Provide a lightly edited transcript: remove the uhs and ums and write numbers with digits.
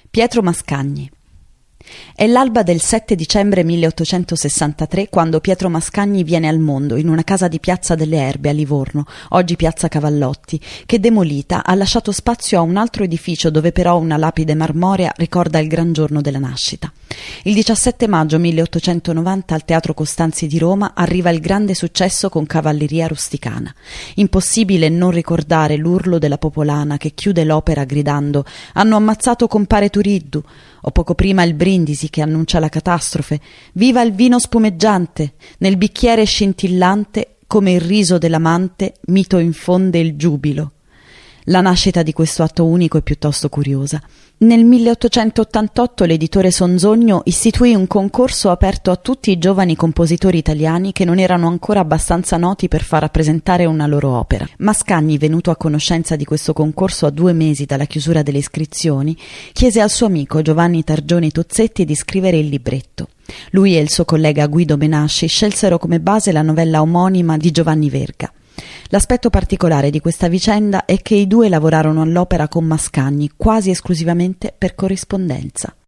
Pietro Mascagni. È l'alba del 7 dicembre 1863 quando Pietro Mascagni viene al mondo in una casa di Piazza delle Erbe a Livorno, oggi Piazza Cavallotti, che demolita ha lasciato spazio a un altro edificio dove però una lapide marmorea ricorda il gran giorno della nascita. Il 17 maggio 1890 al Teatro Costanzi di Roma arriva il grande successo con Cavalleria rusticana. Impossibile non ricordare l'urlo della popolana che chiude l'opera gridando «Hanno ammazzato compare Turiddu», o poco prima il brindisi che annuncia la catastrofe «Viva il vino spumeggiante, nel bicchiere scintillante come il riso dell'amante mito infonde il giubilo». La nascita di questo atto unico è piuttosto curiosa. Nel 1888 l'editore Sonzogno istituì un concorso aperto a tutti i giovani compositori italiani che non erano ancora abbastanza noti per far rappresentare una loro opera. Mascagni, venuto a conoscenza di questo concorso a 2 mesi dalla chiusura delle iscrizioni, chiese al suo amico Giovanni Targioni Tozzetti di scrivere il libretto. Lui e il suo collega Guido Benasci scelsero come base la novella omonima di Giovanni Verga. L'aspetto particolare di questa vicenda è che i due lavorarono all'opera con Mascagni quasi esclusivamente per corrispondenza.